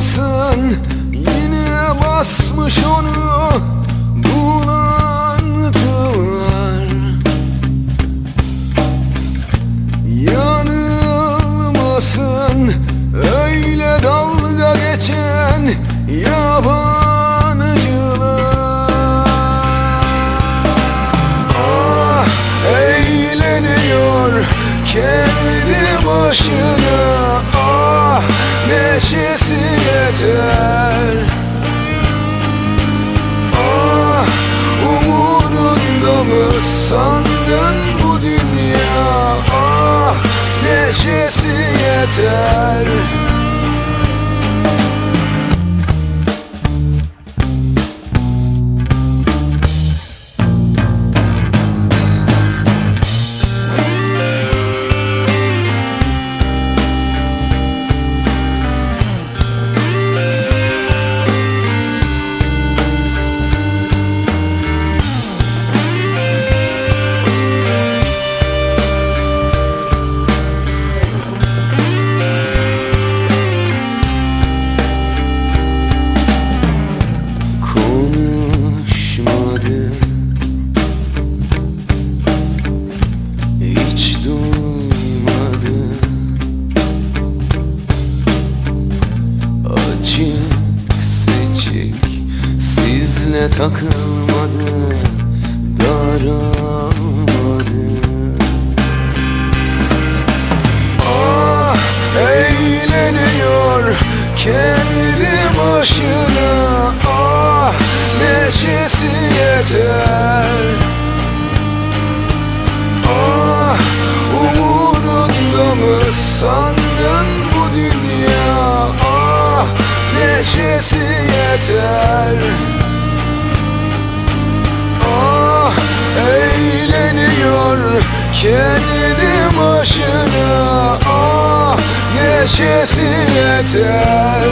olmasın, yine basmış onu bulantılar. Yanılmasın öyle dalga geçen yabancılar. Ah, eğleniyor kendi başına, ah neşesi yeter. Ah, umurunda mı sandın bu dünya, ah neşesi yeter. Sizle takılmadı, daralmadı. Ah, eğleniyor kendi başına, ah neşesi yeter. Ah, umurunda mı sandın bu dünya, ah neşesi yeter. Ah, eğleniyor kendi başına, ah neşesi yeter.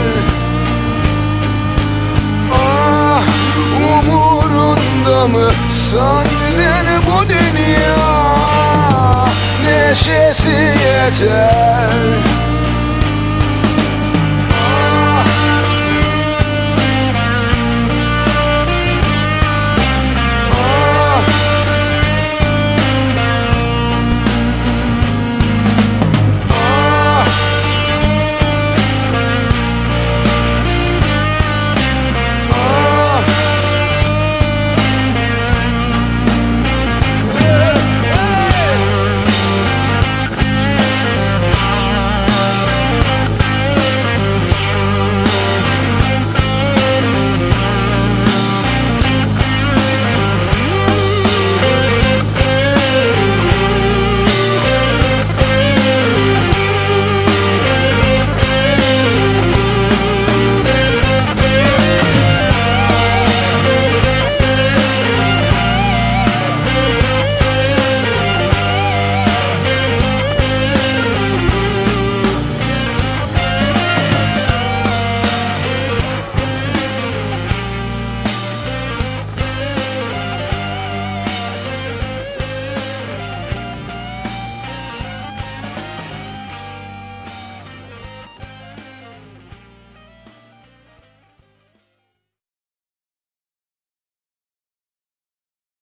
Ah, umurunda mı sandın bu dünya, neşesi yeter.